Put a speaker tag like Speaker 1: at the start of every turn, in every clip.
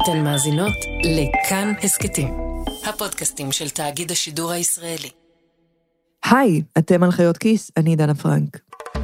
Speaker 1: אתן מאזינות לכאן הסקטים, הפודקאסטים של תאגיד השידור הישראלי.
Speaker 2: היי, אתם על חיות כיס, אני דנה פרנק.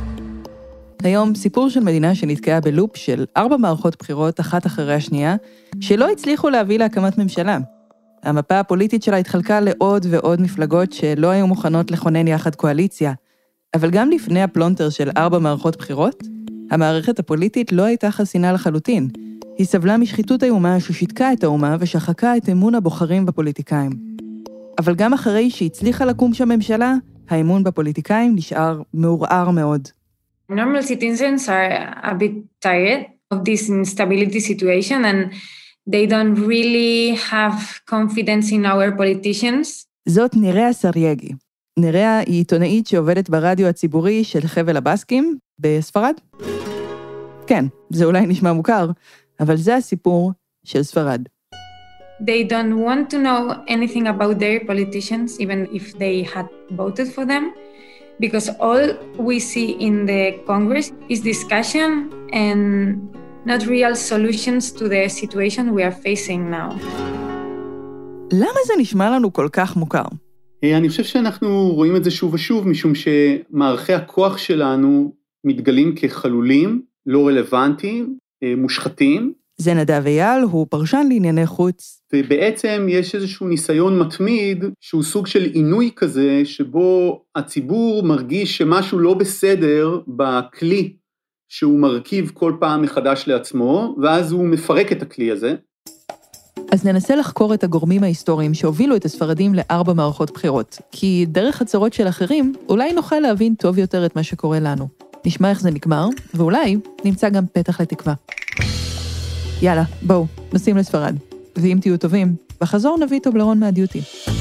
Speaker 2: היום סיפור של מדינה שנתקעה בלופ של 4 מערכות בחירות אחת אחרי השנייה, שלא הצליחו להביא להקמת ממשלה. המפה הפוליטית שלה התחלקה לעוד ועוד מפלגות שלא היו מוכנות לכונן יחד קואליציה, אבל גם לפני הפלונטר של 4 מערכות בחירות, המערכת הפוליטית לא הייתה חסינה לחלוטין. היא סבלה משחיתות איומה ששיתקה את האומה ושחקה את אמון הבוחרים בפוליטיקאים. אבל גם אחרי שהצליחה לקום שם ממשלה, האמון בפוליטיקאים נשאר מעורער מאוד.
Speaker 3: Normal citizens are a bit tired of this instability situation and they don't really have confidence in our politicians.
Speaker 2: זאת ניראה סרייגי. ניראה היא עיתונאית שעובדת ברדיו הציבורי של חבל הבסקים בספרד. כן, זה אולי נשמע מוכר, אבל זה הסיפור של ספרד.
Speaker 3: They don't want to know anything about their politicians, even if they had voted for them, because all we see in the Congress is discussion and not real solutions to the situation we are facing now.
Speaker 2: למה זה נשמע לנו כל כך מוכר?
Speaker 4: אני חושב שאנחנו רואים את זה שוב ושוב, משום שמערכי הכוח שלנו מתגלים כחלולים, לא רלוונטיים, מושחתים.
Speaker 2: זה נדב אייל, הוא פרשן לענייני חוץ.
Speaker 4: ובעצם יש איזשהו ניסיון מתמיד, שהוא סוג של עינוי כזה, שבו הציבור מרגיש שמשהו לא בסדר בכלי שהוא מרכיב כל פעם מחדש לעצמו, ואז הוא מפרק את הכלי הזה.
Speaker 2: אז ננסה לחקור את הגורמים ההיסטוריים שהובילו את הספרדים ל4 מערכות בחירות, כי דרך הצרות של אחרים, אולי נוכל להבין טוב יותר את מה שקורה לנו. נשמע איך זה נגמר, ואולי נמצא גם פתח לתקווה. יאללה, בואו, נוסעים לספרד. ואם תהיו טובים, בחזור נביא טובלרון מהדיוטי.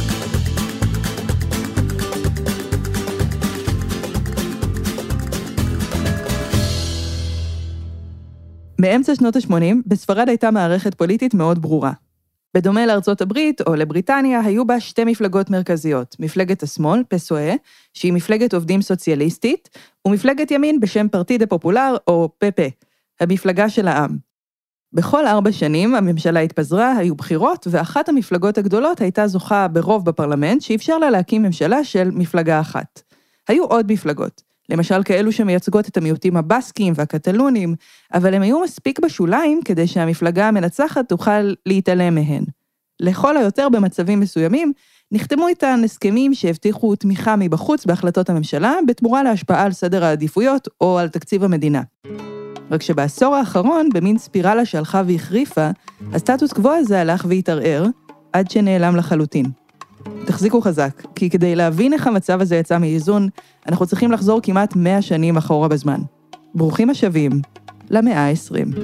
Speaker 2: באמצע שנות ה-80, בספרד הייתה מערכת פוליטית מאוד ברורה. בדומה לארצות הברית או לבריטניה, היו בה 2 מפלגות מרכזיות, מפלגת השמאל, פסואה, שהיא מפלגת עובדים סוציאליסטית, ומפלגת ימין בשם פרטידה פופולר או פפה, המפלגה של העם. בכל 4 שנים הממשלה התפזרה, היו בחירות, ואחת המפלגות הגדולות הייתה זוכה ברוב בפרלמנט, שאפשר לה להקים ממשלה של מפלגה אחת. היו עוד מפלגות, למשל כאלו שמייצגות את המיעוטים הבסקים והקטלונים, אבל הם היו מספיק בשוליים כדי שהמפלגה המנצחת תוכל להתעלם מהן. לכל היותר במצבים מסוימים, נחתמו איתן הסכמים שהבטיחו תמיכה מבחוץ בהחלטות הממשלה, בתמורה להשפעה על סדר העדיפויות או על תקציב המדינה. רק שבעשור האחרון, במין ספירלה שהלכה והחריפה, הסטטוס קוו הזה הלך והתערער, עד שנעלם לחלוטין. תחזיקו חזק, כי כדי להבין איך המצב הזה יצא מאיזון, אנחנו צריכים לחזור כמעט 100 שנים אחורה בזמן. ברוכים השבים למאה ה-20.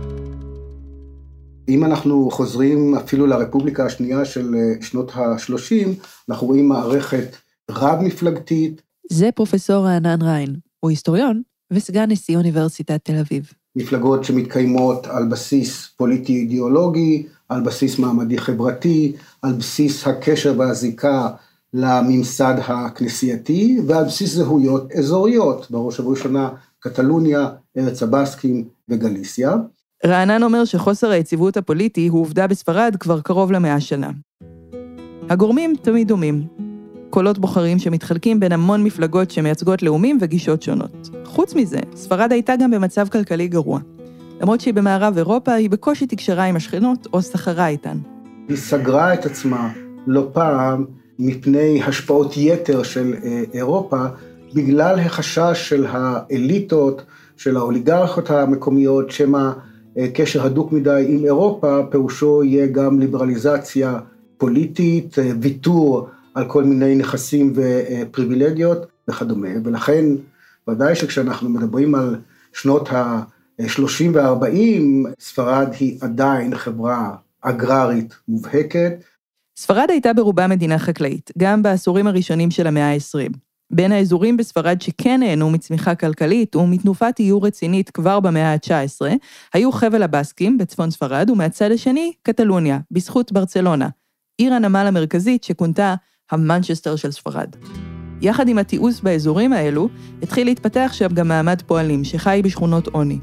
Speaker 5: אם אנחנו חוזרים אפילו לרפובליקה השנייה של שנות ה-30, אנחנו רואים מערכת רב-מפלגתית.
Speaker 2: זה פרופסור רענן ריין, הוא היסטוריון וסגן נשיא אוניברסיטת תל אביב.
Speaker 5: מפלגות שמתקיימות על בסיס פוליטי-אידיאולוגי, על בסיס מעמדי חברתי, על בסיס הקשר והזיקה לממסד הכנסייתי, ועל בסיס זהויות אזוריות, בראש ובראשונה קטלוניה, ארץ הבסקים וגליסיה.
Speaker 2: רענן אומר שחוסר היציבות הפוליטי הוא עובדה בספרד כבר קרוב ל100 שנה. הגורמים תמיד דומים. קולות בוחרים שמתחלקים בין המון מפלגות שמייצגות לאומים וגישות שונות. חוץ מזה, ספרד הייתה גם במצב כלכלי גרוע. למרות שהיא במערב אירופה, היא בקושי תקשרה עם השכנות או סחרה איתן.
Speaker 5: היא סגרה את עצמה לא פעם מפני השפעות יתר של אירופה, בגלל החשש של האליטות, של האוליגרכות המקומיות, שמה קשר הדוק מדי עם אירופה, פירושו יהיה גם ליברליזציה פוליטית, ויתור על כל מיני נכסים ופריבילגיות וכדומה. ולכן, ודאי שכשאנחנו מדברים על שנות ה-30 וה-40, ספרד היא עדיין חברה אגררית מובהקת.
Speaker 2: ספרד הייתה ברובה מדינה חקלאית, גם בעשורים הראשונים של המאה ה-20. בין האזורים בספרד שכן נהנו מצמיחה כלכלית ומתנופת איור רצינית כבר במאה ה-19, היו חבל הבסקים בצפון ספרד, ומהצד השני, קטלוניה, בזכות ברצלונה, עיר הנמל המרכזית שכונתה המנצ'סטר של ספרד. יחד עם התיעוש באזורים האלו, התחיל להתפתח שם גם מעמד פועלים שחי בשכונות עוני.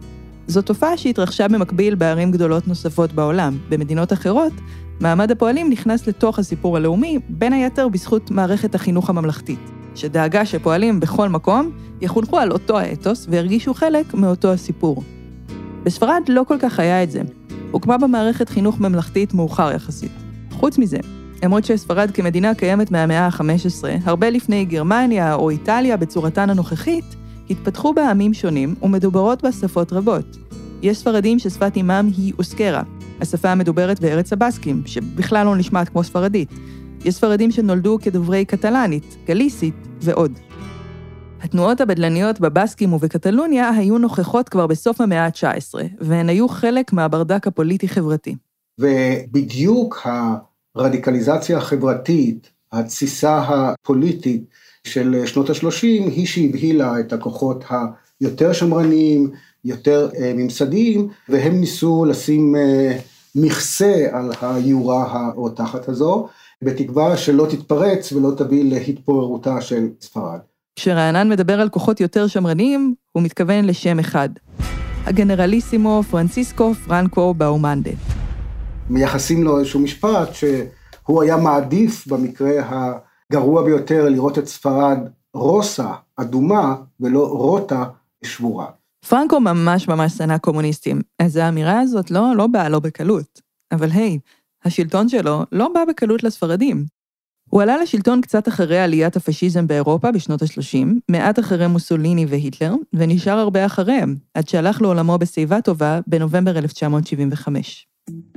Speaker 2: זו תופעה שהתרחשה במקביל בערים גדולות נוספות בעולם. במדינות אחרות, מעמד הפועלים נכנס לתוך הסיפור הלאומי, בין היתר בזכות מערכת החינוך הממלכתית, שדאגה שפועלים בכל מקום יחונכו על אותו האתוס והרגישו חלק מאותו הסיפור. בספרד לא כל כך היה את זה. הוקמה במערכת חינוך ממלכתית מאוחר יחסית. חוץ מזה, למרות שספרד כמדינה קיימת מהמאה ה-15, הרבה לפני גרמניה או איטליה בצורתן הנוכחית, התפתחו בה עמים שונים ומדוברות בה שפות רבות. יש ספרדים ששפת אימם היא אוסקרה, השפה המדוברת בארץ הבסקים, שבכלל לא נשמעת כמו ספרדית. יש ספרדים שנולדו כדוברי קטלנית, גליסית ועוד. התנועות הבדלניות בבסקים ובקטלוניה היו נוכחות כבר בסוף המאה ה-19, והן היו חלק מהברדק הפוליטי-חברתי.
Speaker 5: ובדיוק הרדיקליזציה החברתית, התסיסה הפוליטית של שנות ה-30, היא שהבהילה את הכוחות היותר שמרניים, יותר ממסדיים, והם ניסו לשים מכסה על היורה הרותחת הזו, בתקווה שלא תתפרץ ולא תביא להתפוררותה של ספרד.
Speaker 2: כשרענן מדבר על כוחות יותר שמרניים, הוא מתכוון לשם אחד. הגנרליסימו פרנסיסקו פרנקו באומנדה.
Speaker 5: מייחסים לו איזשהו משפט שהוא היה מעדיף במקרה הגרוע ביותר לראות את ספרד רוסה, אדומה, ולא רוטה שבורה.
Speaker 2: פרנקו ממש שנא קומוניסטים, אז האמירה הזאת לא באה לו בקלות. אבל היי, השלטון שלו לא בא בקלות לספרדים. הוא עלה לשלטון קצת אחרי עליית הפשיזם באירופה בשנות ה-30, מעט אחרי מוסוליני והיטלר, ונשאר הרבה אחריהם, עד שהלך לעולמו בשיבה טובה בנובמבר 1975.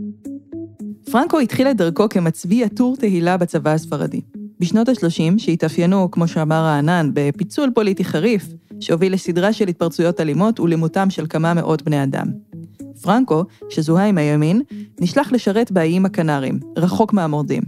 Speaker 2: פרנקו התחיל את דרכו כמצביא עטור תהילה בצבא הספרדי. בשנות ה-30, שהתאפיינו, כמו שאמר רענן, בפיצול פוליטי חריף, שהוביל לסדרה של התפרצויות אלימות ולמותם של כמה מאות בני אדם. פרנקו, שזוהה עם הימין, נשלח לשרת באיים הקנרים, רחוק מהמורדים.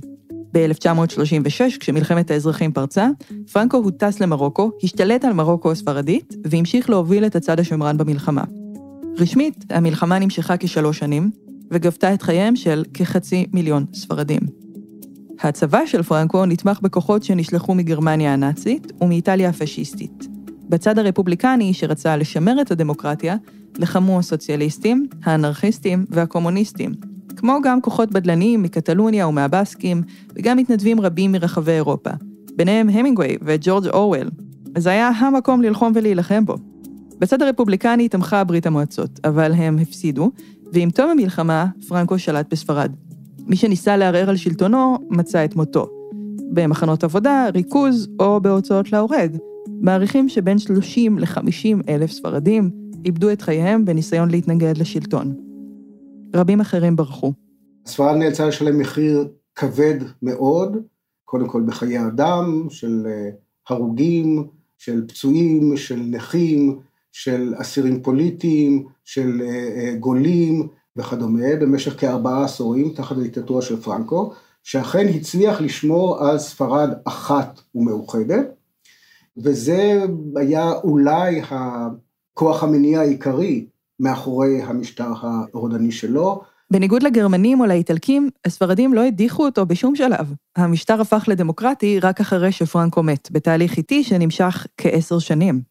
Speaker 2: ב-1936, כשמלחמת האזרחים פרצה, פרנקו הוטס למרוקו, השתלט על מרוקו הספרדית, והמשיך להוביל את הצד השמרן במלחמה. רשמית, המלחמה נמשכה כ3 שנים, וגבתה את חייהם של כ500,000 ספרדים. הצבא של פרנקו נתמך בכוחות שנשלחו מגרמניה הנאצית ומאיטליה הפשיסטית. בצד הרפובליקני, שרצה לשמר את הדמוקרטיה, לחמו הסוציאליסטים, האנרכיסטים והקומוניסטים, כמו גם כוחות בדלניים מקטלוניה ומהבסקים, וגם מתנדבים רבים מרחבי אירופה, ביניהם המינגווי וג'ורג' אורוול. זה היה המקום ללחום ולהילחם בו. בצד הרפובליקני תמכה ברית המועצות, אבל הם הפסידו, ועם תום המלחמה, פרנקו שלט בספרד. מי שניסה לערער על שלטונו, מצא את מותו. במחנות עבודה, ריכוז או בהוצאות להורג. מעריכים שבין 30 ל-50 אלף ספרדים איבדו את חייהם בניסיון להתנגד לשלטון. רבים אחרים ברחו.
Speaker 5: ספרד נאלצה לשלם מחיר כבד מאוד, קודם כל בחיי אדם, של הרוגים, של פצועים, של נכים, של אסירים פוליטיים, של גולים וכדומה, במשך כ4 עשורים תחת הדיקטטורה של פרנקו, שאכן הצליח לשמור על ספרד אחת ומאוחדת, וזה היה אולי הכוח המניע העיקרי מאחורי המשטר הרודני שלו.
Speaker 2: בניגוד לגרמנים או לאיטלקים, הספרדים לא הדיחו אותו בשום שלב. המשטר הפך לדמוקרטי רק אחרי שפרנקו מת, בתהליך איטי שנמשך כ10 שנים.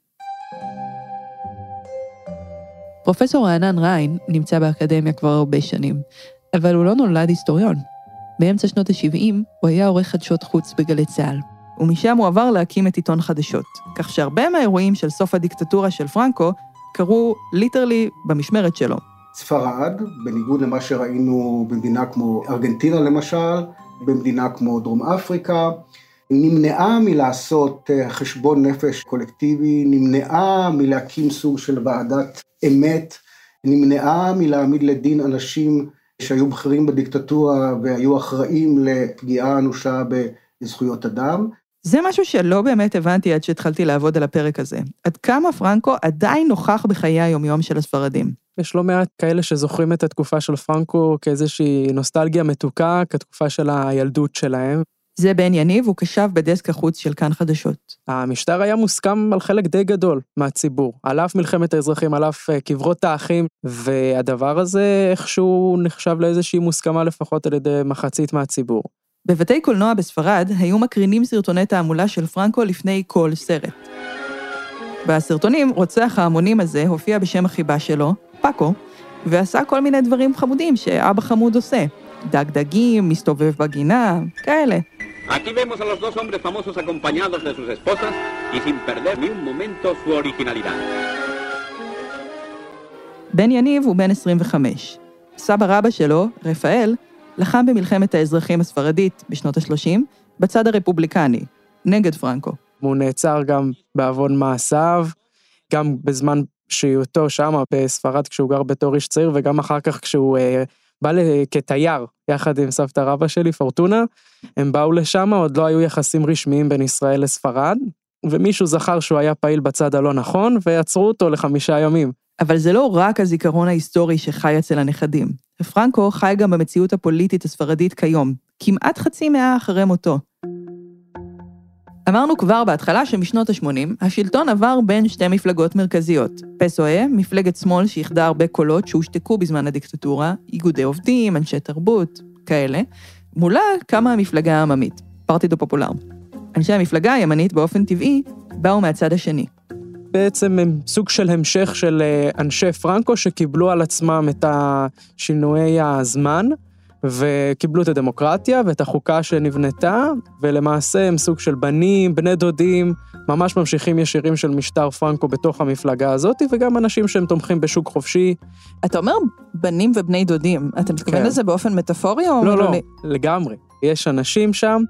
Speaker 2: פרופסור רענן ריין נמצא באקדמיה כבר הרבה שנים, אבל הוא לא נולד היסטוריון. באמצע שנות ה-70 הוא היה עורך חדשות חוץ בגלי צה"ל, ומשם הוא עבר להקים את עיתון חדשות, כך שהרבה מהאירועים של סוף הדיקטטורה של פרנקו קרו ליטרלי במשמרת שלו.
Speaker 5: ספרד, בניגוד למה שראינו במדינה כמו ארגנטינה למשל, במדינה כמו דרום אפריקה, נמנעה מלעשות חשבון נפש קולקטיבי, נמנעה מלהקים סוג של ועדת אמת, נמנעה מלהעמיד לדין אנשים שהיו בכירים בדיקטטורה והיו אחראים לפגיעה אנושה בזכויות אדם.
Speaker 2: זה משהו שלא באמת הבנתי עד שהתחלתי לעבוד על הפרק הזה. עד כמה פרנקו עדיין נוכח בחיי היומיום של הספרדים.
Speaker 6: יש לא מעט כאלה שזוכרים את התקופה של פרנקו כאיזושהי נוסטלגיה מתוקה, כתקופה של הילדות שלהם.
Speaker 2: זה בן יניב, הוא קשב בדסק החוץ של כאן חדשות.
Speaker 6: המשטר היה מוסכם על חלק די גדול מהציבור, על אף מלחמת האזרחים, על אף קברות האחים, והדבר הזה איכשהו נחשב לאיזושהי מוסכמה לפחות על ידי מחצית מהציבור.
Speaker 2: בבתי קולנוע בספרד היו מקרינים סרטוני תעמולה של פרנקו לפני כל סרט. בסרטונים רוצח ההמונים הזה הופיע בשם החיבה שלו, פאקו, ועשה כל מיני דברים חמודים שאבא חמוד עושה. דג דגים, מסתובב בגינה, כאלה.
Speaker 7: Aquí vemos a los dos hombres famosos acompañados de sus esposas y sin perder ni un momento su originalidad.
Speaker 2: בן יניב הוא בן 25. סבא רבא שלו, רפאל, לחם במלחמת האזרחים הספרדית בשנות ה-30, בצד הרפובליקני, נגד פרנקו.
Speaker 6: הוא נעצר גם בעוון מעשיו, גם בזמן שהיותו שם בספרד כשהוא גר בתור איש צעיר, וגם אחר כך כשהוא בא כתייר, יחד עם סבתא רבא שלי, פורטונה, הם באו לשם, עוד לא היו יחסים רשמיים בין ישראל לספרד, ומישהו זכר שהוא היה פעיל בצד הלא נכון, ויצרו אותו ל5 ימים.
Speaker 2: אבל זה לא רק הזיכרון ההיסטורי שחי אצל הנכדים. פרנקו חי גם במציאות הפוליטית הספרדית כיום, כמעט חצי מאה אחרי מותו. אמרנו כבר בהתחלה שמשנות ה-80, השלטון עבר בין 2 מפלגות מרכזיות. פסואה, מפלגת שמאל שיחדה הרבה קולות שהושתקו בזמן הדיקטטורה, איגודי עובדים, אנשי תרבות, כאלה. מולה קמה המפלגה העממית, פרטידו פופולר. אנשי המפלגה הימנית באופן טבעי באו מהצד השני.
Speaker 6: בעצם הם סוג של המשך של אנשי פרנקו שקיבלו על עצמם את השינויי הזמן, וקיבלו את הדמוקרטיה ואת החוקה שנבנתה, ולמעשה הם סוג של בנים, בני דודים, ממש ממשיכים ישירים של משטר פרנקו בתוך המפלגה הזאת, וגם אנשים שהם תומכים בשוק חופשי.
Speaker 2: אתה אומר בנים ובני דודים, אתה מתכוון לזה באופן מטאפורי או מילולי?
Speaker 6: לא, לגמרי. יש אנשים שם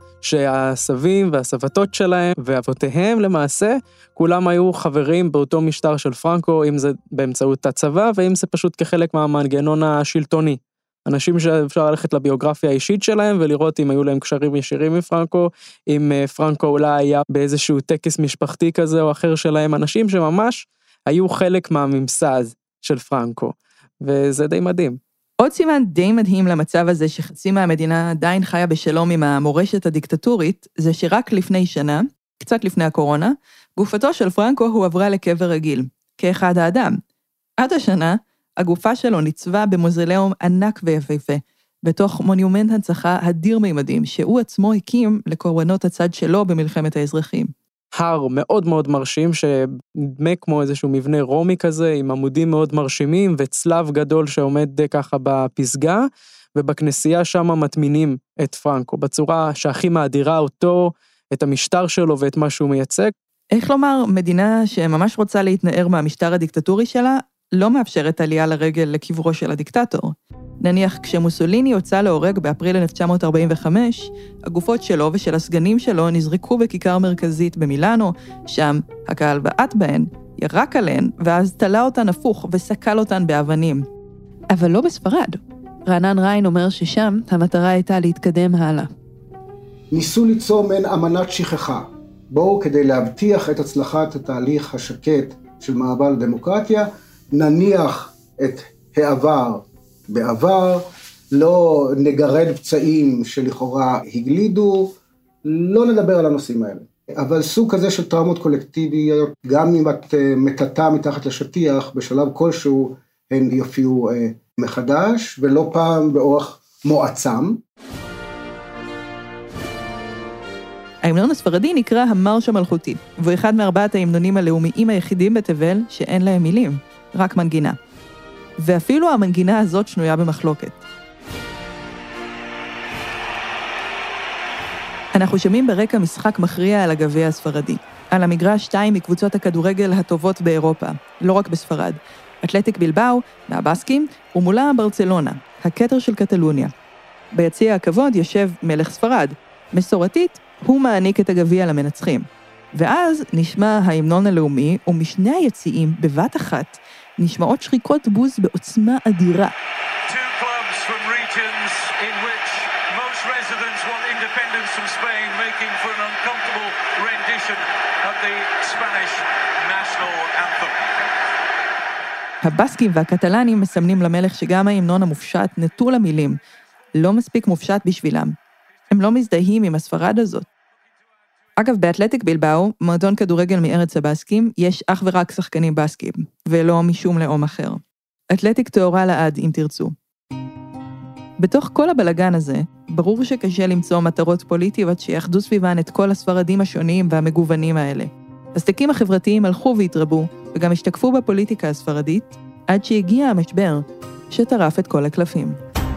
Speaker 6: שהסבים והסבתות שלהם ואבותיהם למעשה, כולם היו חברים באותו משטר של פרנקו, אם זה באמצעות הצבא, ואם זה פשוט כחלק מהמנגנון השלטוני. אנשים שאפשר ללכת לביוגרפיה האישית שלהם, ולראות אם היו להם קשרים ישירים מפרנקו, אם פרנקו אולי היה באיזשהו טקס משפחתי כזה או אחר שלהם, אנשים שממש היו חלק מהממסד של פרנקו, וזה די מדהים.
Speaker 2: עוד סימן די מדהים למצב הזה שחצי מהמדינה עדיין חיה בשלום עם המורשת הדיקטטורית, זה שרק לפני שנה, קצת לפני הקורונה, גופתו של פרנקו הועברה לקבר רגיל, כאחד האדם. עד השנה, הגופה שלו ניצבה במוזיאום ענק ויפהפה, בתוך מונומנט הנצחה אדיר מימדים, שהוא עצמו הקים לקורבנות הצד שלו במלחמת האזרחים.
Speaker 6: הר מאוד מאוד מרשים, שנדמה כמו איזשהו מבנה רומי כזה, עם עמודים מאוד מרשימים, וצלב גדול שעומד ככה בפסגה, ובכנסייה שם מטמינים את פרנקו, בצורה שהכי מאדירה אותו, את המשטר שלו ואת מה שהוא מייצג.
Speaker 2: איך לומר, מדינה שממש רוצה להתנער מהמשטר הדיקטטורי שלה, לא מאפשרת עלייה לרגל לקברו של הדיקטטור. נניח כשמוסוליני יוצא להורג באפריל 1945, הגופות שלו ושל הסגנים שלו נזרקו בכיכר מרכזית במילאנו, שם הקהל בעט בהן, ירק עליהן, ואז תלה אותן הפוך וסקל אותן באבנים. אבל לא בספרד. רענן ריין אומר ששם המטרה הייתה להתקדם הלאה.
Speaker 5: ניסו ליצור מעין אמנת שכחה. בואו כדי להבטיח את הצלחת התהליך השקט של מעבר לדמוקרטיה, נניח את העבר בעבר, לא נגרד פצעים שלכאורה הגלידו, לא נדבר על הנושאים האלה. אבל סוג כזה של טראומות קולקטיביות, גם אם את מטאטה מתחת לשטיח, בשלב כלשהו הן יופיעו מחדש, ולא פעם באורח מועצם.
Speaker 2: ההמנון הספרדי נקרא המרש המלכותי, והוא אחד מארבעת ההמנונים הלאומיים היחידים בתבל שאין להם מילים, רק מנגינה. ואפילו המנגינה הזאת שנויה במחלוקת. אנחנו שומעים ברקע משחק מכריע על הגביע הספרדי, על המגרש 2 מקבוצות הכדורגל הטובות באירופה, לא רק בספרד. אתלטיק בלבאו, מהבסקים, ומולה ברצלונה, הכתר של קטלוניה. ביציע הכבוד יושב מלך ספרד. מסורתית, הוא מעניק את הגביע למנצחים. ואז נשמע ההמנון הלאומי, ומשני היציעים, בבת אחת, נשמעות שריקות בוז בעוצמה אדירה. הבסקים והקטלנים מסמנים למלך שגם ההמנון המופשט נטול המילים, לא מספיק מופשט בשבילם. הם לא מזדהים עם הספרד הזאת. אגב, באתלטיק בלבאו, מועדון כדורגל מארץ הבסקים, יש אך ורק שחקנים בסקים, ולא משום לאום אחר. אתלטיק תאורה לעד, אם תרצו. בתוך כל הבלגן הזה, ברור שקשה למצוא מטרות פוליטיות שיחדו סביבן את כל הספרדים השונים והמגוונים האלה. הסדקים החברתיים הלכו והתרבו, וגם השתקפו בפוליטיקה הספרדית, עד שהגיע המשבר שטרף את כל הקלפים.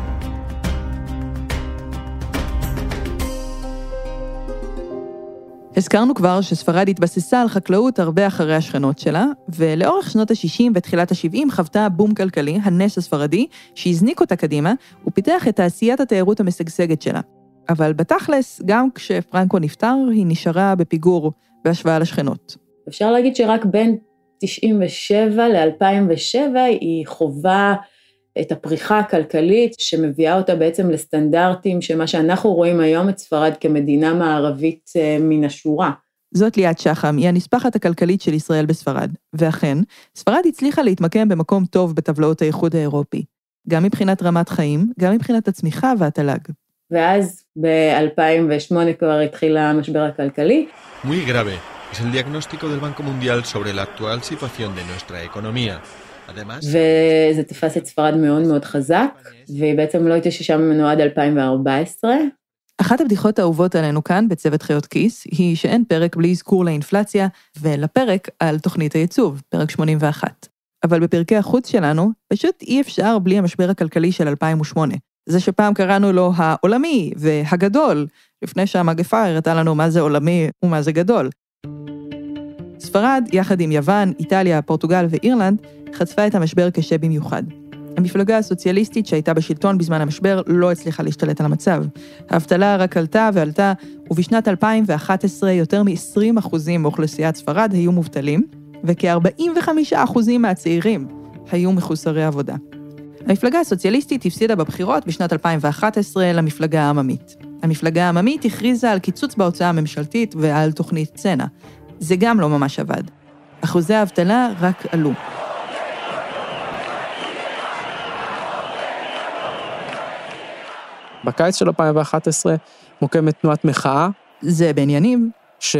Speaker 2: הזכרנו כבר שספרד התבססה על חקלאות הרבה אחרי השכנות שלה, ולאורך שנות ה-60 ותחילת ה-70 חוותה בום כלכלי, הנס הספרדי, שהזניק אותה קדימה, ופיתח את תעשיית התיירות המשגשגת שלה. אבל בתכלס, גם כשפרנקו נפטר, היא נשארה בפיגור בהשוואה לשכנות.
Speaker 8: אפשר להגיד שרק בין 97 ל-2007 היא חובה את הפריחה הכלכלית שמביאה אותה בעצם לסטנדרטים שמה שאנחנו רואים היום את ספרד כמדינה מערבית מן השורה.
Speaker 2: זאת ליאת שחם, היא הנספחת הכלכלית של ישראל בספרד, ואכן, ספרד הצליחה להתמקם במקום טוב בטבלאות האיחוד האירופי, גם מבחינת רמת חיים, גם מבחינת הצמיחה והתל"ג.
Speaker 8: ואז ב-2008 כבר התחיל המשבר הכלכלי.
Speaker 9: Muy grave es el diagnóstico del Banco Mundial sobre la actual situación de nuestra economía.
Speaker 8: וזה תפס את ספרד מאוד מאוד חזק, והיא בעצם לא התאוששה ממנו עד 2014.
Speaker 2: אחת הבדיחות האהובות עלינו כאן, בצוות חיות כיס, היא שאין פרק בלי אזכור לאינפלציה, ולפרק על תוכנית הייצוב, פרק 81. אבל בפרקי החוץ שלנו, פשוט אי אפשר בלי המשבר הכלכלי של 2008. זה שפעם קראנו לו העולמי והגדול, לפני שהמגפה הראתה לנו מה זה עולמי ומה זה גדול. ספרד, יחד עם יוון, איטליה, פורטוגל ואירלנד, חטפה את המשבר קשה במיוחד. המפלגה הסוציאליסטית שהייתה בשלטון בזמן המשבר לא הצליחה להשתלט על המצב. האבטלה רק עלתה ועלתה, ובשנת 2011 יותר מ-20% מאוכלוסיית ספרד היו מובטלים, וכ-45% מהצעירים היו מחוסרי עבודה. המפלגה הסוציאליסטית הפסידה בבחירות בשנת 2011 למפלגה העממית. המפלגה העממית הכריזה על קיצוץ בהוצאה הממשלתית ועל תוכנית צנע. זה גם לא ממש עבד. אחוזי האבטלה רק עלו.
Speaker 6: בקיץ של 2011 מוקמת תנועת מחאה.
Speaker 2: זה בעניינים.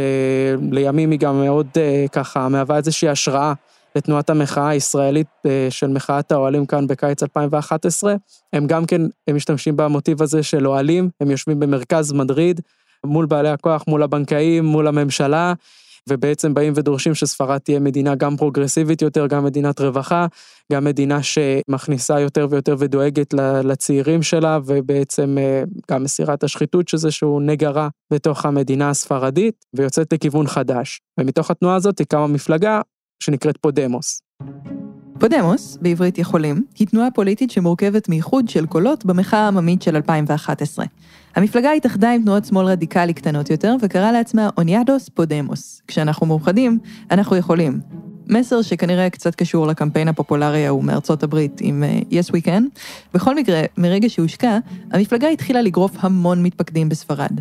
Speaker 6: שלימים היא גם מאוד ככה מהווה איזושהי השראה לתנועת המחאה הישראלית של מחאת האוהלים כאן בקיץ 2011. הם גם כן הם משתמשים במוטיב הזה של אוהלים, הם יושבים במרכז מדריד, מול בעלי הכוח, מול הבנקאים, מול הממשלה, ובעצם באים ודורשים שספרד תהיה מדינה גם פרוגרסיבית יותר, גם מדינת רווחה, גם מדינה שמכניסה יותר ויותר ודואגת לצעירים שלה, ובעצם גם מסירת השחיתות שזה שהוא נגרה בתוך המדינה הספרדית, ויוצאת לכיוון חדש. ומתוך התנועה הזאת היא קמה מפלגה שנקראת פודמוס.
Speaker 2: פודמוס, בעברית יכולים, היא תנועה פוליטית שמורכבת מאיחוד של קולות במחאה העממית של 2011. המפלגה התאחדה עם תנועות שמאל רדיקלי קטנות יותר, וקראה לעצמה אוניאדוס פודמוס. כשאנחנו מאוחדים, אנחנו יכולים. מסר שכנראה קצת קשור לקמפיין הפופולרי ההוא מארצות הברית עם Yes We Can. בכל מקרה, מרגע שהושקע, המפלגה התחילה לגרוף המון מתפקדים בספרד.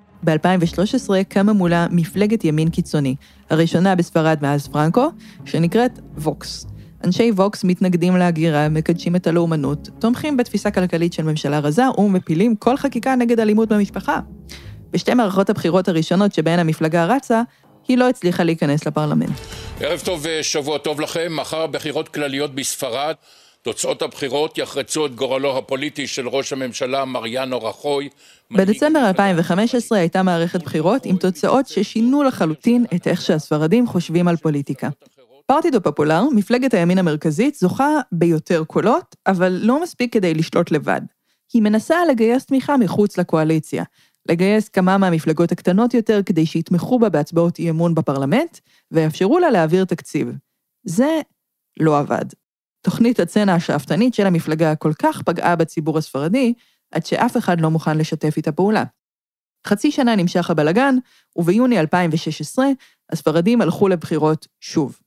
Speaker 2: ב-2013 קמה מולה מפלגת ימין קיצוני, הראשונה בספרד מאז פרנקו, שנקראת ווקס. אנשי ווקס מתנגדים להגירה, מקדשים את הלאומנות, תומכים בתפיסה כלכלית של ממשלה רזה ומפילים כל חקיקה נגד אלימות במשפחה. בשתי מערכות הבחירות הראשונות שבהן המפלגה רצה, היא לא הצליחה להיכנס לפרלמנט.
Speaker 10: ערב טוב ושבוע טוב לכם. מחר בחירות כלליות בספרד, תוצאות הבחירות יחרצו את גורלו הפוליטי של ראש הממשלה מריאנו רחוי.
Speaker 2: בדצמבר 2015 הייתה מערכת בחירות עם תוצאות ששינו לחלוטין את איך שהספרדים חושבים על פוליטיקה. פרטידו פופולר, מפלגת הימין המרכזית, זוכה ביותר קולות, אבל לא מספיק כדי לשלוט לבד. היא מנסה לגייס תמיכה מחוץ לקואליציה, לגייס כמה מהמפלגות הקטנות יותר כדי שיתמכו בה בהצבעות אי אמון בפרלמנט, ויאפשרו לה להעביר תקציב. זה לא עבד. תוכנית הצנע השאפתנית של המפלגה כל כך פגעה בציבור הספרדי, עד שאף אחד לא מוכן לשתף איתה פעולה. חצי שנה נמשך הבלגן, וביוני 2016 הספרדים הלכו לבחירות שוב.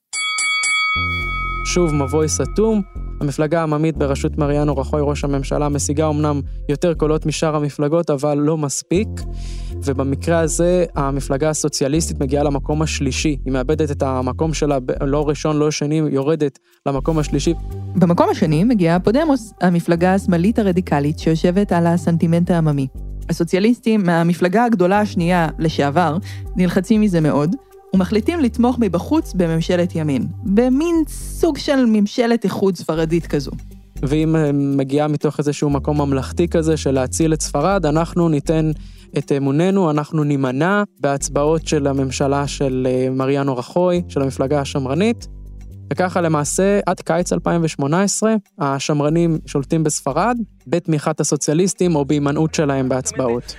Speaker 6: שוב מבוי סתום, המפלגה העממית בראשות מריאנו רחוי ראש הממשלה משיגה אמנם יותר קולות משאר המפלגות, אבל לא מספיק, ובמקרה הזה המפלגה הסוציאליסטית מגיעה למקום השלישי, היא מאבדת את המקום שלה, לא ראשון, לא שני, יורדת למקום השלישי.
Speaker 2: במקום השני מגיעה פודמוס, המפלגה השמאלית הרדיקלית שיושבת על הסנטימנט העממי. הסוציאליסטים מהמפלגה הגדולה השנייה לשעבר נלחצים מזה מאוד, ומחליטים לתמוך מבחוץ בממשלת ימין, במין סוג של ממשלת איחוד ספרדית כזו.
Speaker 6: ואם מגיעה מתוך איזשהו מקום ממלכתי כזה של להציל את ספרד, אנחנו ניתן את אמוננו, אנחנו נימנע בהצבעות של הממשלה של מריאנו רחוי, של המפלגה השמרנית, וככה למעשה, עד קיץ 2018, השמרנים שולטים בספרד, בתמיכת הסוציאליסטים או בהימנעות שלהם בהצבעות.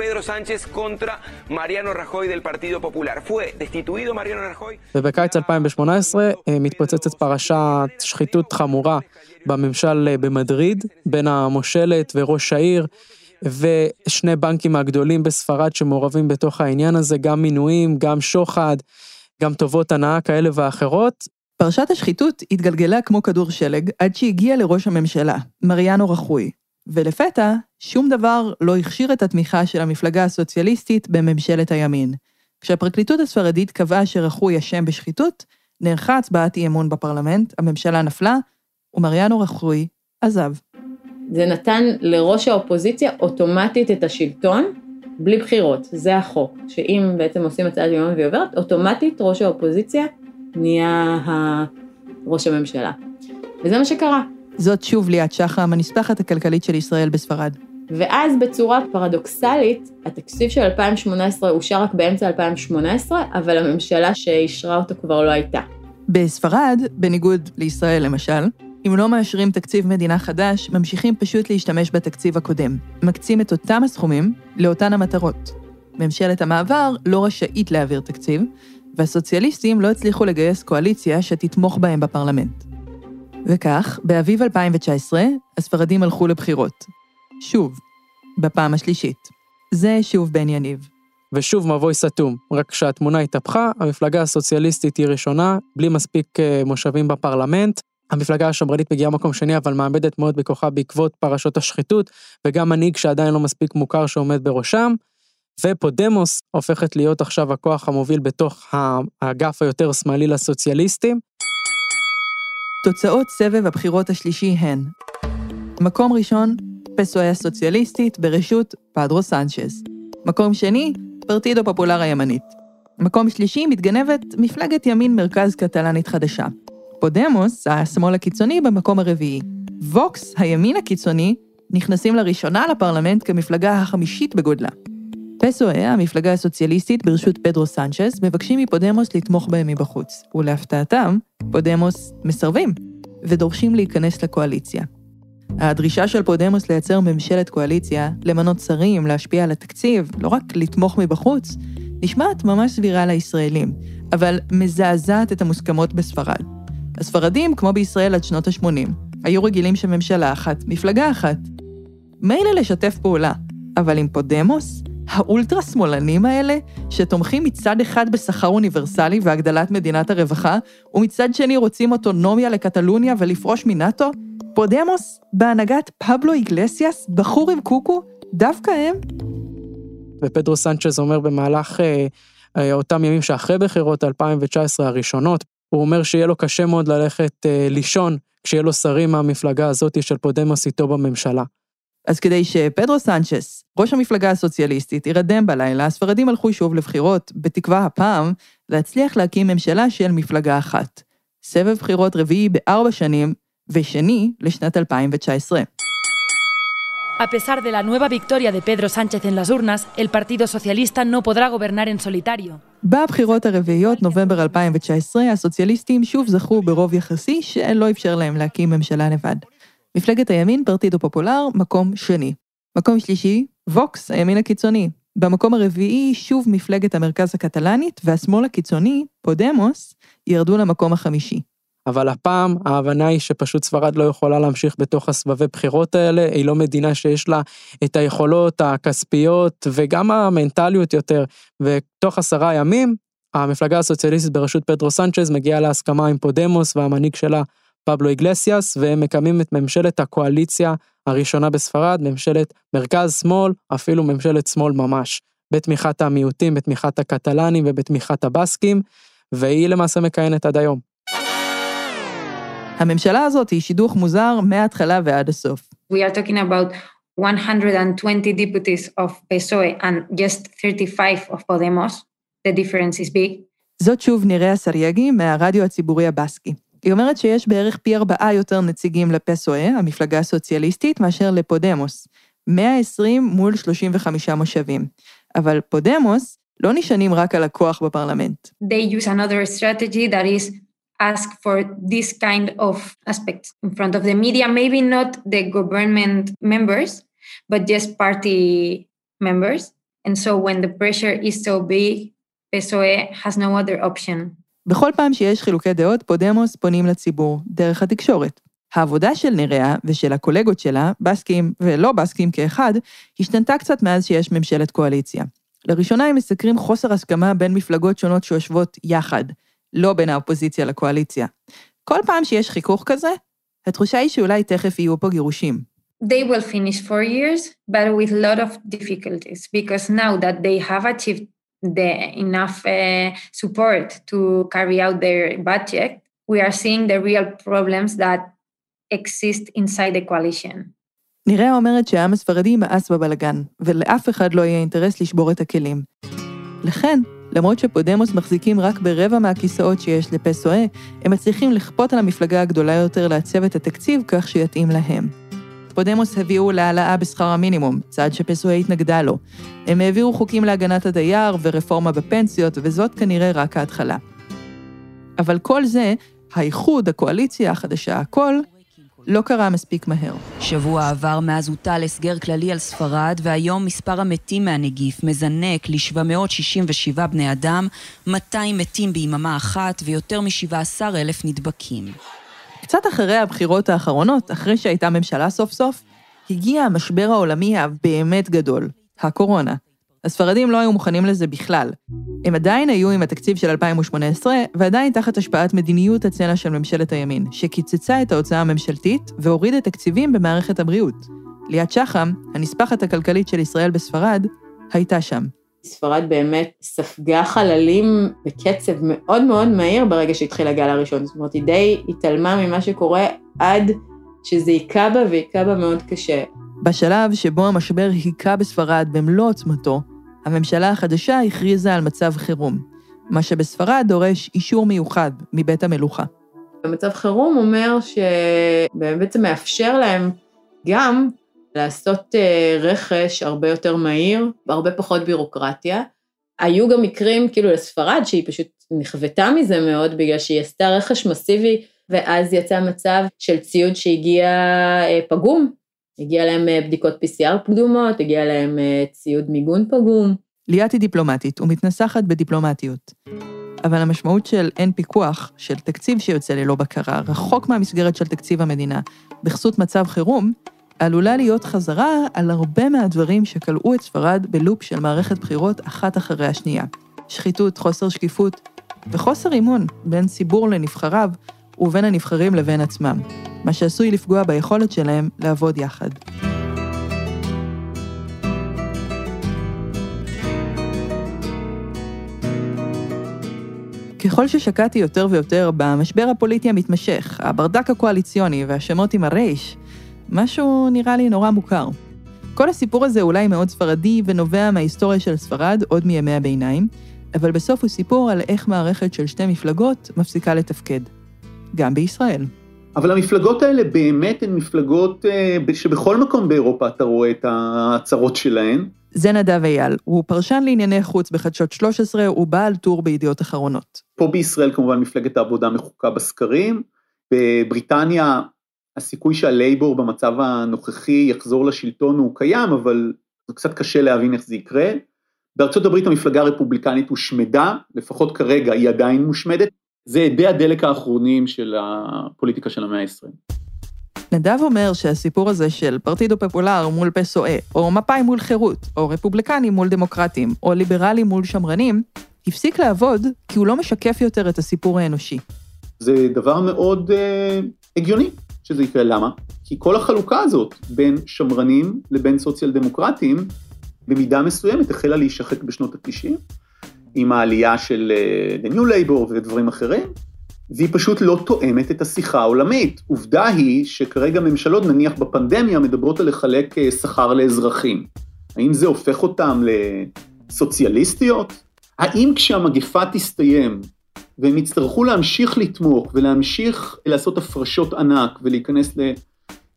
Speaker 6: ובקיץ 2018 מתפוצצת פרשת שחיתות חמורה בממשל במדריד, בין המושלת וראש העיר, ושני בנקים הגדולים בספרד שמעורבים בתוך העניין הזה, גם מינויים, גם שוחד, גם טובות הנאה כאלה ואחרות.
Speaker 2: פרשת השחיתות התגלגלה כמו כדור שלג עד שהגיעה לראש הממשלה, מריאנו רחוי, ולפתע שום דבר לא הכשיר את התמיכה של המפלגה הסוציאליסטית בממשלת הימין. כשהפרקליטות הספרדית קבעה שרחוי אשם בשחיתות, נערכה הצבעת אי אמון בפרלמנט, הממשלה נפלה, ומריאנו רחוי עזב.
Speaker 8: זה נתן לראש האופוזיציה אוטומטית את השלטון, בלי בחירות, זה החוק, שאם בעצם עושים הצעת אי אמון והיא עוברת, אוטומטית ראש האופוזיציה נהיה ראש הממשלה. וזה מה שקרה.
Speaker 2: זאת שוב ליאת שחם, הנספחת הכלכלית של ישראל בספרד.
Speaker 8: ואז בצורה פרדוקסלית, התקציב של 2018 אושר רק באמצע 2018, אבל הממשלה שאישרה אותו כבר לא הייתה.
Speaker 2: בספרד, בניגוד לישראל למשל, אם לא מאשרים תקציב מדינה חדש, ממשיכים פשוט להשתמש בתקציב הקודם. מקצים את אותם הסכומים לאותן המטרות. ממשלת המעבר לא רשאית להעביר תקציב, והסוציאליסטים לא הצליחו לגייס קואליציה שתתמוך בהם בפרלמנט. וכך, באביב 2019, הספרדים הלכו לבחירות. שוב, בפעם השלישית. זה שוב בן יניב.
Speaker 6: ושוב מבוי סתום, רק שהתמונה התהפכה, המפלגה הסוציאליסטית היא ראשונה, בלי מספיק מושבים בפרלמנט, המפלגה השמרנית מגיעה מקום שני, אבל מאבדת מאוד בכוחה בעקבות פרשות השחיתות, וגם מנהיג שעדיין לא מספיק מוכר שעומד בראשם, ופודמוס הופכת להיות עכשיו הכוח המוביל בתוך האגף היותר שמאלי לסוציאליסטים.
Speaker 2: תוצאות סבב הבחירות השלישי הן: מקום ראשון, פסואה הסוציאליסטית בראשות פדרו סנצ'ז. מקום שני, פרטידו פופולר הימנית. מקום שלישי, מתגנבת מפלגת ימין מרכז קטלנית חדשה. פודמוס, השמאל הקיצוני, במקום הרביעי. ווקס, הימין הקיצוני, נכנסים לראשונה לפרלמנט כמפלגה החמישית בגודלה. פסואה, המפלגה הסוציאליסטית ברשות פדרו סנצ'ז, מבקשים מפודמוס לתמוך בהם מבחוץ, ולהפתעתם, פודמוס מסרבים, ודורשים להיכנס לקואליציה. הדרישה של פודמוס לייצר ממשלת קואליציה, למנות שרים, להשפיע על התקציב, לא רק לתמוך מבחוץ, נשמעת ממש סבירה לישראלים, אבל מזעזעת את המוסכמות בספרד. הספרדים, כמו בישראל עד שנות ה-80, היו רגילים שממשלה אחת, מפלגה אחת. מילא לשתף פעולה, אבל עם פודמוס, האולטרה שמאלנים האלה, שתומכים מצד אחד בשכר אוניברסלי והגדלת מדינת הרווחה, ומצד שני רוצים אוטונומיה לקטלוניה ולפרוש מנאטו, פודמוס, בהנהגת פבלו איגלסיאס, בחור עם קוקו, דווקא הם.
Speaker 6: ופדרו סנצ'ז אומר במהלך אותם ימים שאחרי בחירות 2019 הראשונות, הוא אומר שיהיה לו קשה מאוד ללכת לישון, כשיהיה לו שרים מהמפלגה הזאת של פודמוס איתו בממשלה.
Speaker 2: אז כדי שפדרו סנצ'ז, ראש המפלגה הסוציאליסטית, ירדם בלילה, הספרדים הלכו שוב לבחירות, בתקווה הפעם, להצליח להקים ממשלה של מפלגה אחת. סבב בחירות רביעי ב4 שנים, ושני לשנת 2019.
Speaker 11: A pesar de la nueva victoria de Pedro Sánchez en las urnas, el Partido Socialista no podrá gobernar en solitario.
Speaker 2: בבחירות הרביעיות, נובמבר 2019, הסוציאליסטים שוב זכו ברוב יחסי שלא אפשר להם להקים ממשלה לבד. מפלגת הימין, פרטידו פופולר, מקום שני. מקום שלישי, ווקס, הימין הקיצוני. במקום הרביעי, שוב מפלגת המרכז הקטלנית, והשמאל הקיצוני, פודמוס, ירדו למקום החמישי.
Speaker 6: אבל הפעם ההבנה היא שפשוט ספרד לא יכולה להמשיך בתוך הסבבי בחירות האלה, היא לא מדינה שיש לה את היכולות הכספיות וגם המנטליות יותר, ותוך 10 ימים המפלגה הסוציאליסטית בראשות פדרו סנצ'ז מגיעה להסכמה עם פודמוס והמנהיג שלה פבלו איגלסיאס, והם מקמים את ממשלת הקואליציה הראשונה בספרד, ממשלת מרכז שמאל, אפילו ממשלת שמאל ממש, בתמיכת המיעוטים, בתמיכת הקטלנים ובתמיכת הבסקים, והיא למעשה מכהנת עד היום.
Speaker 2: הממשלה הזאת היא שידוך מוזר מההתחלה ועד הסוף.
Speaker 3: We are talking about 120 deputies of PSOE and just 35 of Podemos. The difference is big.
Speaker 2: זאת שוב נראה סרייגי מהרדיו הציבורי הבסקי. היא אומרת שיש בערך פי 4 יותר נציגים לפסואה, המפלגה הסוציאליסטית, מאשר לפודמוס. 120 מול 35 מושבים. אבל פודמוס לא נשענים רק על הכוח בפרלמנט.
Speaker 3: They use another strategy that is ask for this kind of aspects in front of the media, maybe not the government members, but just party members. And so when the pressure is so big, PSOE has no other option.
Speaker 2: בכל פעם שיש חילוקי דעות, פודמוס פונים לציבור דרך התקשורת. העבודה של ניראה ושל הקולגות שלה, בסקים ולא בסקים כאחד, השתנתה קצת מאז שיש ממשלת קואליציה. לראשונה הם מסקרים חוסר הסכמה בין מפלגות שונות שיושבות יחד, לא בין האופוזיציה לקואליציה. כל פעם שיש חיכוך כזה, התחושה היא שאולי תכף יהיו פה גירושים.
Speaker 3: They will finish 4 years, but with a lot of difficulties, because now that they have achieved enough support to carry out their budget, we are seeing the real problems that exist inside the coalition.
Speaker 2: ניראה אומרת שהעם הספרדי מאס בבלגן, ולאף אחד לא יהיה אינטרס לשבור את הכלים. לכן, למרות שפודמוס מחזיקים רק ברבע מהכיסאות שיש לפסואה, הם מצליחים לכפות על המפלגה הגדולה יותר לעצב את התקציב כך שיתאים להם. פודמוס הביאו להעלאה בשכר המינימום, צעד שפסואה התנגדה לו. הם העבירו חוקים להגנת הדייר ורפורמה בפנסיות, וזאת כנראה רק ההתחלה. אבל כל זה, האיחוד, הקואליציה החדשה, הכל, לא קרה מספיק מהר.
Speaker 12: שבוע עבר מאז הוטל הסגר כללי על ספרד, והיום מספר המתים מהנגיף מזנק ל-767 בני אדם, 200 מתים ביממה אחת ויותר מ-17,000 נדבקים.
Speaker 2: קצת אחרי הבחירות האחרונות, אחרי שהייתה ממשלה סוף סוף, הגיע המשבר העולמי הבאמת גדול, הקורונה. הספרדים לא היו מוכנים לזה בכלל. הם עדיין היו עם התקציב של 2018, ועדיין תחת השפעת מדיניות הצנע של ממשלת הימין, שקיצצה את ההוצאה הממשלתית והורידה תקציבים במערכת הבריאות. ליאת שחם, הנספחת הכלכלית של ישראל בספרד, הייתה שם.
Speaker 8: ספרד באמת ספגה חללים בקצב מאוד מאוד מהיר ברגע שהתחיל הגל הראשון. זאת אומרת, היא די התעלמה ממה שקורה עד שזה היכה בה והיכה בה מאוד קשה.
Speaker 2: בשלב שבו המשבר היכה בספרד במלוא עוצמתו, הממשלה החדשה הכריזה על מצב חירום, מה שבספרד דורש אישור מיוחד מבית המלוכה.
Speaker 8: במצב חירום אומר שבעצם מאפשר להם גם לעשות רכש הרבה יותר מהיר, והרבה פחות בירוקרטיה. היו גם מקרים כאילו לספרד שהיא פשוט נכוותה מזה מאוד, בגלל שהיא עשתה רכש מסיבי, ואז יצא מצב של ציוד שהגיע פגום, הגיע להם בדיקות PCR פגומות, הגיע להם ציוד מיגון פגום.
Speaker 2: ליאת היא דיפלומטית ומתנסחת בדיפלומטיות. אבל המשמעות של אין פיקוח, של תקציב שיוצא ללא בקרה, רחוק מהמסגרת של תקציב המדינה, בחסות מצב חירום, עלולה להיות חזרה על הרבה מהדברים שקלעו את ספרד בלופ של מערכת בחירות אחת אחרי השנייה. שחיתות, חוסר שקיפות וחוסר אימון בין ציבור לנבחריו ובין הנבחרים לבין עצמם, מה שעשוי לפגוע ביכולת שלהם לעבוד יחד. ככל ששקעתי יותר ויותר במשבר הפוליטי המתמשך, הברדק הקואליציוני והשמות עם הרייש, משהו נראה לי נורא מוכר. כל הסיפור הזה אולי מאוד ספרדי ונובע מההיסטוריה של ספרד עוד מימי הביניים, אבל בסוף הוא סיפור על איך מערכת של שתי מפלגות מפסיקה לתפקד. גם בישראל.
Speaker 4: אבל המפלגות האלה באמת הן מפלגות שבכל מקום באירופה אתה רואה את ההצהרות שלהן.
Speaker 2: זה נדב אייל, הוא פרשן לענייני חוץ בחדשות 13, הוא בעל טור בידיעות אחרונות.
Speaker 4: פה בישראל כמובן מפלגת העבודה מחוקה בסקרים, בבריטניה הסיכוי שהלייבור במצב הנוכחי יחזור לשלטון הוא קיים, אבל זה קצת קשה להבין איך זה יקרה. בארצות הברית המפלגה הרפובליקנית הושמדה, לפחות כרגע היא עדיין מושמדת, זה די הדלק האחרונים של הפוליטיקה של המאה ה-20.
Speaker 2: נדב אומר שהסיפור הזה של פרטידו פופולר מול פסואה, או מפאי מול חירות, או רפובליקנים מול דמוקרטים, או ליברלים מול שמרנים, הפסיק לעבוד כי הוא לא משקף יותר את הסיפור האנושי.
Speaker 4: זה דבר מאוד הגיוני שזה יקרה. למה? כי כל החלוקה הזאת בין שמרנים לבין סוציאל דמוקרטים, במידה מסוימת החלה להישחק בשנות ה-90, עם העלייה של The New Labour ודברים אחרים, והיא פשוט לא תואמת את השיחה העולמית. עובדה היא שכרגע ממשלות, נניח בפנדמיה, מדברות על לחלק שכר לאזרחים. האם זה הופך אותם לסוציאליסטיות? האם כשהמגפה תסתיים, והם יצטרכו להמשיך לתמוך ולהמשיך לעשות הפרשות ענק ולהיכנס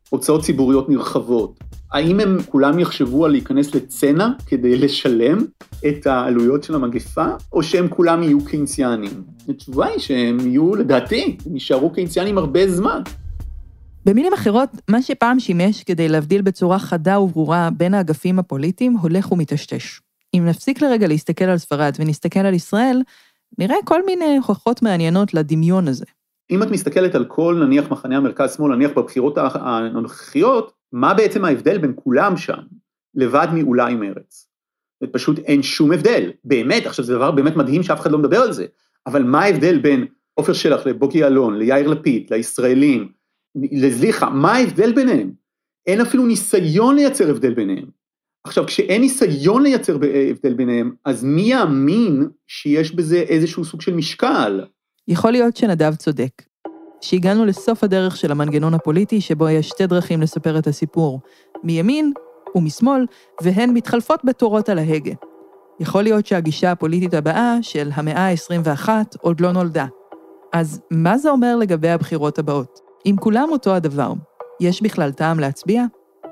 Speaker 4: הוצאות ציבוריות נרחבות. האם הם כולם יחשבו על להיכנס לצנע כדי לשלם את העלויות של המגפה, או שהם כולם יהיו קיינסיאנים? התשובה היא שהם יהיו, לדעתי, הם יישארו קיינסיאנים הרבה זמן.
Speaker 2: במילים אחרות, מה שפעם שימש כדי להבדיל בצורה חדה וברורה בין האגפים הפוליטיים, הולך ומטשטש. אם נפסיק לרגע להסתכל על ספרד ונסתכל על ישראל, נראה כל מיני הוכחות מעניינות לדמיון הזה.
Speaker 4: אם את מסתכלת על כל, נניח, מחנה המרכז-שמאל, נניח בבחירות הנוכחיות, מה בעצם ההבדל בין כולם שם, לבד מאולי מרץ? פשוט אין שום הבדל, באמת, עכשיו זה דבר באמת מדהים שאף אחד לא מדבר על זה, אבל מה ההבדל בין עופר שלח לבוגי יעלון, ליאיר לפיד, לישראלים, לזליחה, מה ההבדל ביניהם? אין אפילו ניסיון לייצר הבדל ביניהם. עכשיו, כשאין ניסיון לייצר הבדל ביניהם, אז מי יאמין שיש בזה איזשהו סוג של משקל?
Speaker 2: יכול להיות שנדב צודק. שהגענו לסוף הדרך של המנגנון הפוליטי, שבו יש שתי דרכים לספר את הסיפור, מימין ומשמאל, והן מתחלפות בתורות על ההגה. יכול להיות שהגישה הפוליטית הבאה של המאה ה-21 עוד לא נולדה. אז מה זה אומר לגבי הבחירות הבאות? אם כולם אותו הדבר, יש בכלל טעם להצביע?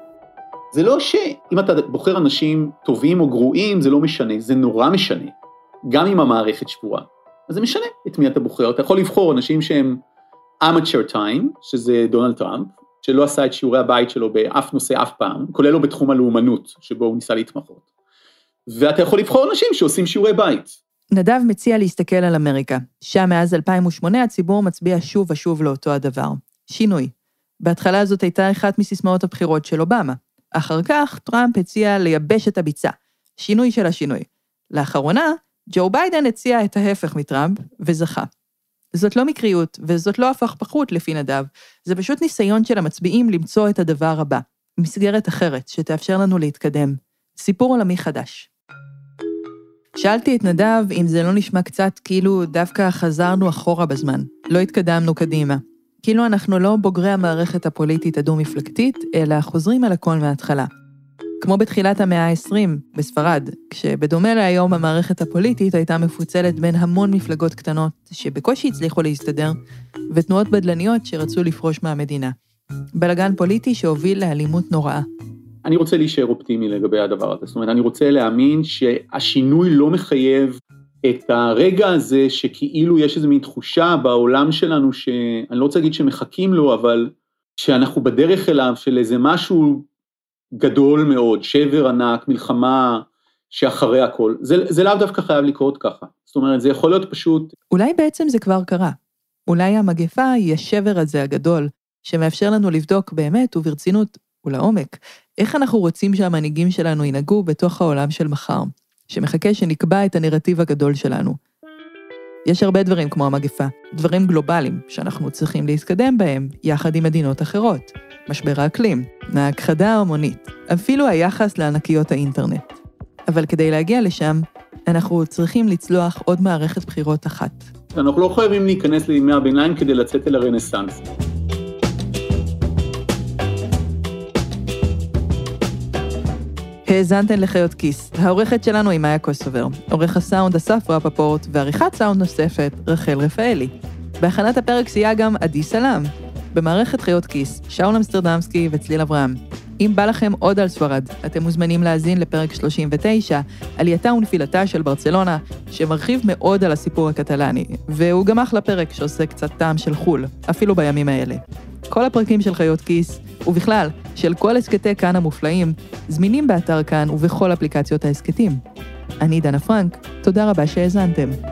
Speaker 4: זה לא שאם אתה בוחר אנשים טובים או גרועים, זה לא משנה, זה נורא משנה. גם אם המערכת שבורה. אז זה משנה את מי אתה בוחר. אתה יכול לבחור אנשים שהם amateur time, שזה דונלד טראמפ, שלא עשה את שיעורי הבית שלו באף נושא אף פעם, כולל לו בתחום הלאומנות, שבו הוא ניסה להתמחות. ואתה יכול לבחור אנשים שעושים שיעורי בית.
Speaker 2: נדב מציע להסתכל על אמריקה. שם מאז 2008 הציבור מצביע שוב ושוב לאותו הדבר. שינוי. בהתחלה זאת הייתה אחת מסיסמאות הבחירות של אובמה. אחר כך טראמפ הציע לייבש את הביצה. שינוי של השינוי. לאחרונה, ג'ו ביידן הציע את ההפך מטראמפ וזכה. זאת לא מקריות וזאת לא הפכפכות לפי נדב, זה פשוט ניסיון של המצביעים למצוא את הדבר הבא, מסגרת אחרת שתאפשר לנו להתקדם. סיפור עולמי חדש. שאלתי את נדב אם זה לא נשמע קצת כאילו דווקא חזרנו אחורה בזמן, לא התקדמנו קדימה. כאילו אנחנו לא בוגרי המערכת הפוליטית הדו-מפלגתית, אלא חוזרים על הכל מההתחלה. כמו בתחילת המאה ה-20 בספרד, כשבדומה להיום המערכת הפוליטית הייתה מפוצלת בין המון מפלגות קטנות שבקושי הצליחו להסתדר, ותנועות בדלניות שרצו לפרוש מהמדינה. בלגן פוליטי שהוביל לאלימות נוראה.
Speaker 4: אני רוצה להישאר אופטימי לגבי הדבר הזה. זאת אומרת, אני רוצה להאמין שהשינוי לא מחייב את הרגע הזה שכאילו יש איזו מין תחושה בעולם שלנו שאני לא רוצה להגיד שמחכים לו, אבל שאנחנו בדרך אליו של איזה משהו גדול מאוד, שבר ענק, מלחמה שאחרי הכל. זה לאו דווקא חייב לקרות ככה. זאת אומרת, זה יכול להיות פשוט...
Speaker 2: אולי בעצם זה כבר קרה. אולי המגפה היא השבר הזה הגדול, שמאפשר לנו לבדוק באמת וברצינות ולעומק, איך אנחנו רוצים שהמנהיגים שלנו ינהגו בתוך העולם של מחר, שמחכה שנקבע את הנרטיב הגדול שלנו. יש הרבה דברים כמו המגפה, דברים גלובליים שאנחנו צריכים להתקדם בהם יחד עם מדינות אחרות. משבר האקלים, ההכחדה ההמונית, אפילו היחס לענקיות האינטרנט. אבל כדי להגיע לשם, אנחנו צריכים לצלוח עוד מערכת בחירות אחת.
Speaker 4: אנחנו לא חייבים להיכנס לימי הביניים כדי לצאת אל הרנסנס.
Speaker 2: האזנתן לחיות כיס. העורכת שלנו היא מאיה קוסובר. עורך הסאונד אסף רפפורט, ועריכת סאונד נוספת רחל רפאלי. בהכנת הפרק סייע גם עדי סלם. במערכת חיות כיס, שאול אמסטרדמסקי וצליל אברהם. אם בא לכם עוד על ספרד, אתם מוזמנים להאזין לפרק 39, עלייתה ונפילתה של ברצלונה, שמרחיב מאוד על הסיפור הקטלני, והוא גם אחלה פרק שעושה קצת טעם של חול, אפילו בימים האלה. כל הפרקים של חיות כיס, ובכלל, של כל הסקטי כאן המופלאים, זמינים באתר כאן ובכל אפליקציות ההסקטים. אני דנה פרנק, תודה רבה שהאזנתם.